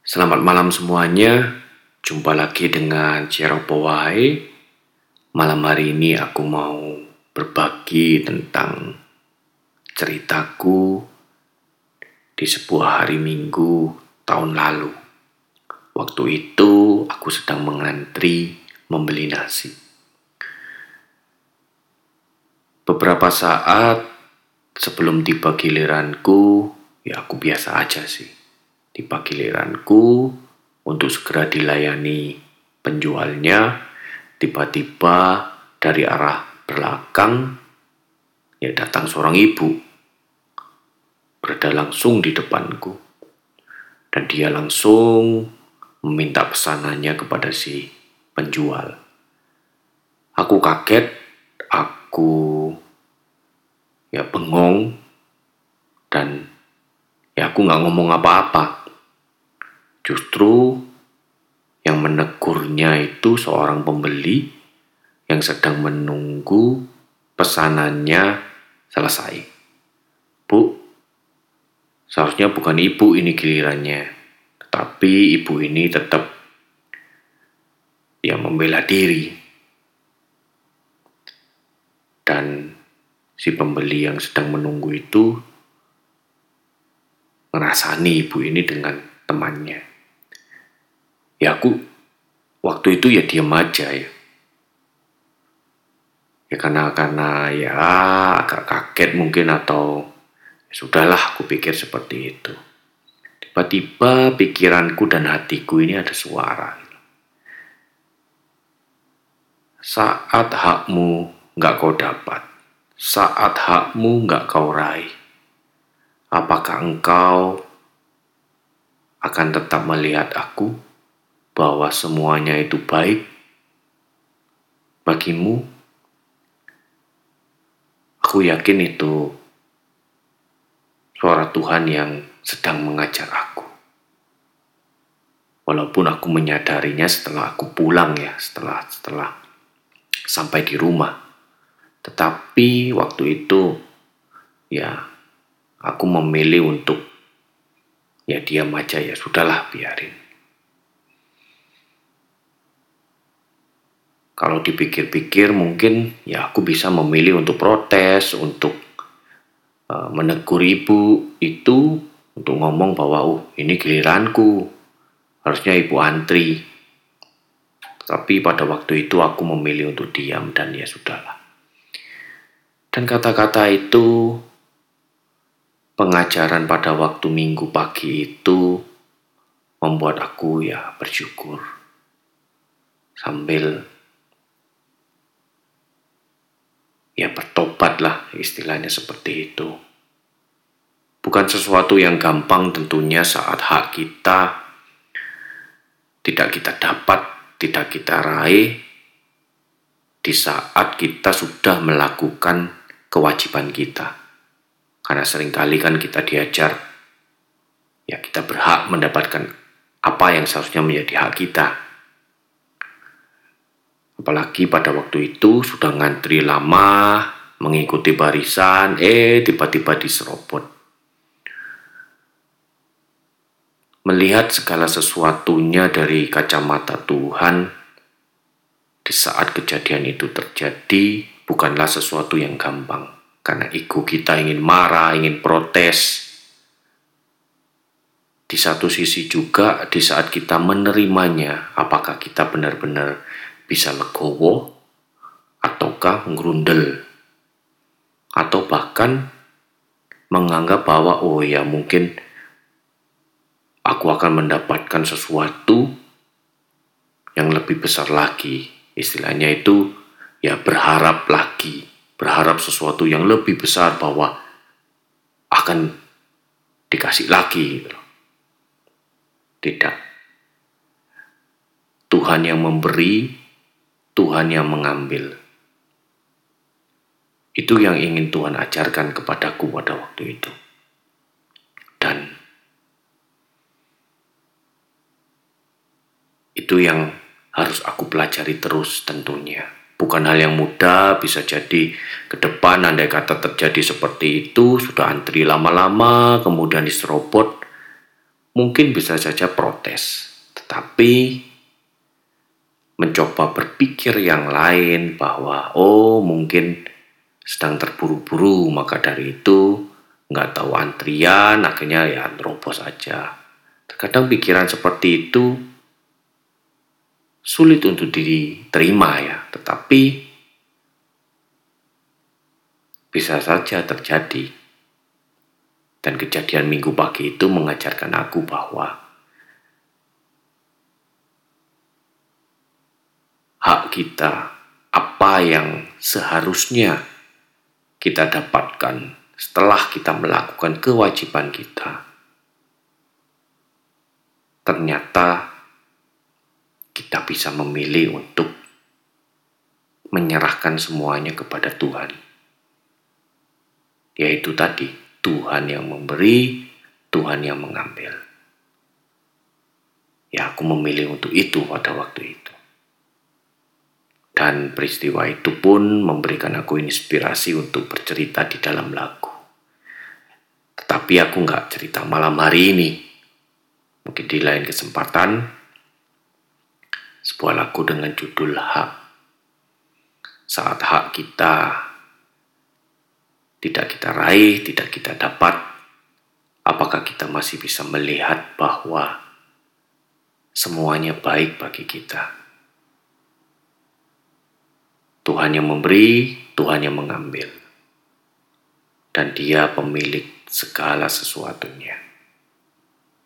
Selamat malam semuanya. Jumpa lagi dengan Ceropo Wae. Malam hari ini aku mau berbagi tentang ceritaku di sebuah hari Minggu tahun lalu. Waktu itu aku sedang mengantri membeli nasi. Beberapa saat sebelum tiba giliranku, ya aku biasa aja sih. Tiba giliranku untuk segera dilayani penjualnya, tiba-tiba dari arah belakang ya datang seorang ibu, berada langsung di depanku, dan dia langsung meminta pesanannya kepada si penjual. Aku kaget, aku ya bengong, dan ya aku nggak ngomong apa-apa. Justru yang menegurnya itu seorang pembeli yang sedang menunggu pesanannya selesai. Bu, seharusnya bukan ibu ini gilirannya, tetapi ibu ini tetap ya membela diri. Dan si pembeli yang sedang menunggu itu ngerasani ibu ini dengan temannya. Ya aku waktu itu ya diam aja ya. Ya karena ya agak kaget mungkin, atau ya sudahlah, aku pikir seperti itu. Tiba-tiba pikiranku dan hatiku ini ada suara. Saat hakmu nggak kau dapat, saat hakmu nggak kau raih, apakah engkau akan tetap melihat aku bahwa semuanya itu baik bagimu? Aku yakin itu suara Tuhan yang sedang mengajar aku. Walaupun aku menyadarinya setelah aku pulang ya, setelah sampai di rumah. Tetapi waktu itu ya aku memilih untuk ya diam aja, ya sudahlah, biarin. Kalau dipikir-pikir mungkin ya aku bisa memilih untuk protes, untuk menegur ibu itu, untuk ngomong bahwa ini giliranku, harusnya ibu antri. Tapi pada waktu itu aku memilih untuk diam dan ya sudahlah. Dan kata-kata itu, pengajaran pada waktu Minggu pagi itu membuat aku ya bersyukur. Sambil ya bertobat lah, istilahnya seperti itu. Bukan sesuatu yang gampang tentunya saat hak kita tidak kita dapat, tidak kita raih, di saat kita sudah melakukan kewajiban kita. Karena seringkali kan kita diajar, ya kita berhak mendapatkan apa yang seharusnya menjadi hak kita. Apalagi pada waktu itu sudah ngantri lama, mengikuti barisan, tiba-tiba diserobot. Melihat segala sesuatunya dari kacamata Tuhan, di saat kejadian itu terjadi, bukanlah sesuatu yang gampang. Karena ego kita ingin marah, ingin protes. Di satu sisi juga, di saat kita menerimanya, apakah kita benar-benar bisa legowo, ataukah ngerundel, atau bahkan menganggap bahwa ya mungkin aku akan mendapatkan sesuatu yang lebih besar lagi. Istilahnya itu ya berharap lagi, berharap sesuatu yang lebih besar bahwa akan dikasih lagi gitu. Tidak. Tuhan yang memberi, Tuhan yang mengambil. Itu yang ingin Tuhan ajarkan kepadaku pada waktu itu. Dan itu yang harus aku pelajari terus tentunya. Bukan hal yang mudah, bisa jadi ke depan andai kata terjadi seperti itu, sudah antri lama-lama, kemudian diserobot. mungkin bisa saja protes, tetapi mencoba berpikir yang lain bahwa mungkin sedang terburu-buru, maka dari itu nggak tahu antrian, akhirnya ya nerobos aja. Terkadang pikiran seperti itu sulit untuk diterima ya, tetapi bisa saja terjadi. Dan kejadian minggu pagi itu mengajarkan aku bahwa hak kita, apa yang seharusnya kita dapatkan setelah kita melakukan kewajiban kita, ternyata kita bisa memilih untuk menyerahkan semuanya kepada Tuhan. Yaitu tadi, Tuhan yang memberi, Tuhan yang mengambil. Ya, aku memilih untuk itu pada waktu itu. Dan peristiwa itu pun memberikan aku inspirasi untuk bercerita di dalam lagu. Tetapi aku gak cerita malam hari ini. Mungkin di lain kesempatan, sebuah lagu dengan judul Hak. Saat hak kita tidak kita raih, tidak kita dapat, apakah kita masih bisa melihat bahwa semuanya baik bagi kita? Tuhan yang memberi, Tuhan yang mengambil. Dan Dia pemilik segala sesuatunya.